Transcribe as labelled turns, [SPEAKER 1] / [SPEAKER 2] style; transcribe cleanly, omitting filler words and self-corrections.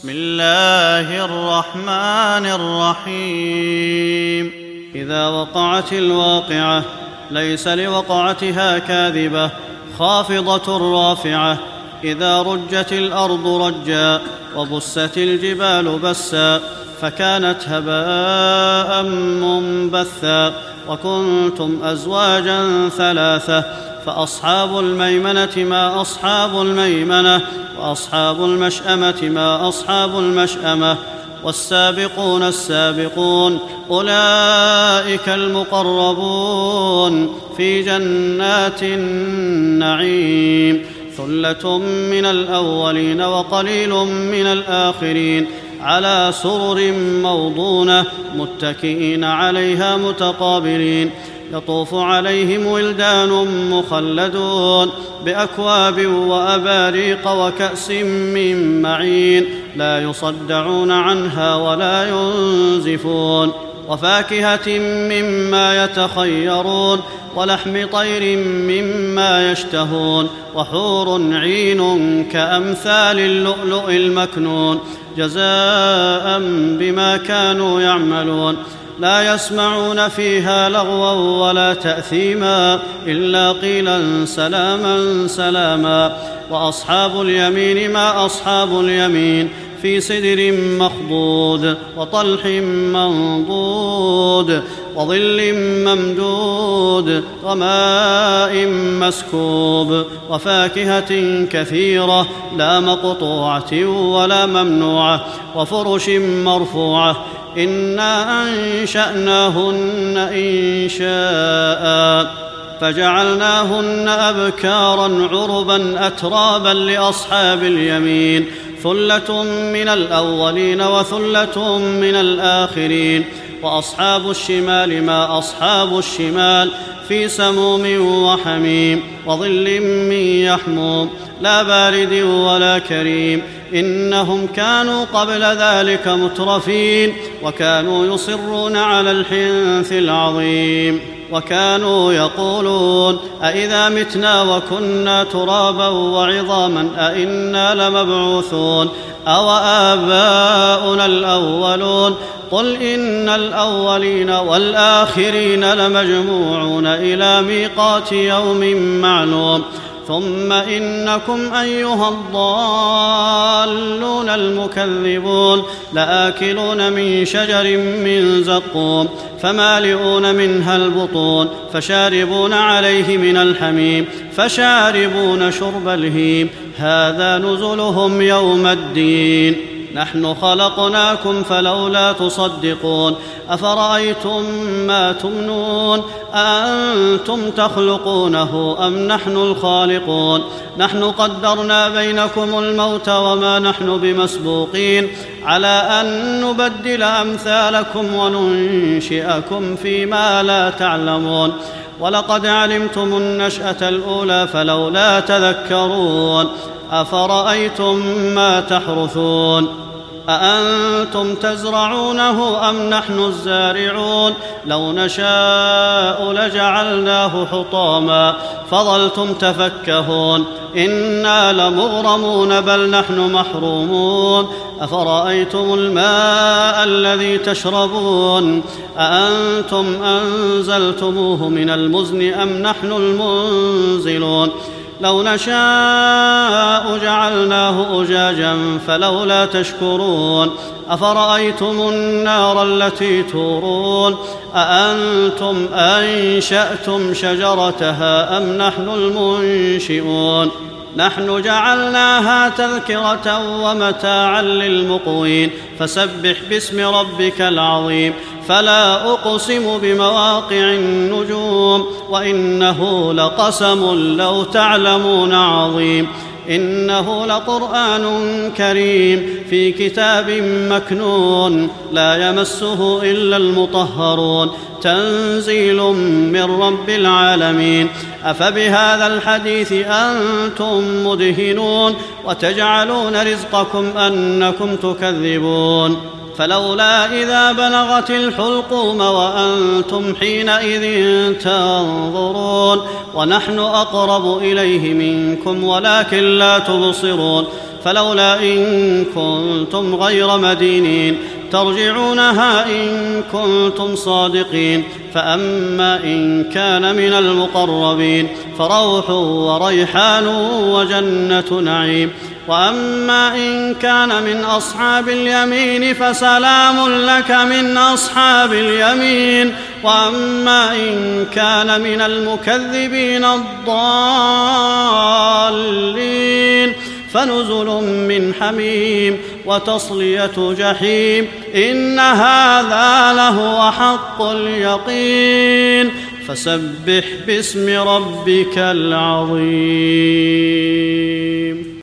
[SPEAKER 1] بسم الله الرحمن الرحيم. إذا وقعت الواقعة ليس لوقعتها كاذبة خافضة رافعة. إذا رجت الأرض رجا وبست الجبال بسا فكانت هباء منبثا وكنتم أزواجا ثلاثة فأصحاب الميمنة ما أصحاب الميمنة وأصحاب المشأمة ما أصحاب المشأمة والسابقون السابقون أولئك المقربون في جنات النعيم. ثلة من الأولين وقليل من الآخرين على سرر موضونة متكئين عليها متقابلين. يطوف عليهم ولدان مخلدون بأكواب وأباريق وكأس من معين لا يصدعون عنها ولا ينزفون. وفاكهة مما يتخيرون ولحم طير مما يشتهون وحور عين كأمثال اللؤلؤ المكنون جزاء بما كانوا يعملون. لا يسمعون فيها لغوا ولا تأثيما إلا قيلا سلاما سلاما. وأصحاب اليمين ما أصحاب اليمين في سدر مخضود وطلح منضود وظل ممدود وماء مسكوب وفاكهة كثيرة لا مقطوعة ولا ممنوعة وفرش مرفوعة. إنا أنشأناهن إنشاء فجعلناهن أبكارا عربا أترابا لأصحاب اليمين. ثلة من الأولين وثلة من الآخرين. وأصحاب الشمال ما أصحاب الشمال في سموم وحميم وظل من يحموم لا بارد ولا كريم. إنهم كانوا قبل ذلك مترفين وكانوا يصرون على الحنث العظيم وكانوا يقولون أئذا متنا وكنا ترابا وعظاما أئنا لمبعوثون أو آباؤنا الأولون. قل إن الأولين والآخرين لمجموعون إلى ميقات يوم معلوم. ثم إنكم أيها الضالون المكذبون لآكلون من شجر من زقوم فمالئون منها البطون فشاربون عليه من الحميم فشاربون شرب الهيم هذا نزلهم يوم الدين. نحن خلقناكم فلولا تصدقون. أفرأيتم ما تمنون أأنتم تخلقونه أم نحن الخالقون. نحن قدرنا بينكم الموت وما نحن بمسبوقين على أن نبدل أمثالكم وننشئكم فيما لا تعلمون. ولقد علمتم النشأة الأولى فلولا تذكرون. أفرأيتم ما تحرثون أأنتم تزرعونه أم نحن الزارعون. لو نشاء لجعلناه حطاما فظلتم تفكهون. إنا لمغرمون بل نحن محرومون. أفرأيتم الماء الذي تشربون أأنتم أنزلتموه من المزن أم نحن المنزلون. لو نشاء جعلناه أجاجا فلولا تشكرون. أفرأيتم النار التي تورون أأنتم أنشأتم شجرتها أم نحن المنشئون. نحن جعلناها تذكرة ومتاعا للمقوين. فسبح باسم ربك العظيم. فلا أقسم بمواقع النجوم وإنه لقسم لو تعلمون عظيم. إنه لقرآن كريم في كتاب مكنون لا يمسه إلا المطهرون تنزيل من رب العالمين. أفبهذا الحديث أنتم مدهنون وتجعلون رزقكم أنكم تكذبون فلولا إذا بلغت الحلقوم وأنتم حينئذ تنظرون ونحن أقرب إليه منكم ولكن لا تبصرون فلولا إن كنتم غير مدينين ترجعونها إن كنتم صادقين فأما إن كان من المقربين فروح وريحان وجنة نعيم وأما إن كان من أصحاب اليمين فسلام لك من أصحاب اليمين وأما إن كان من المكذبين الضالين فنزل من حميم وتصلية جحيم إن هذا لهو حق اليقين فسبح باسم ربك العظيم.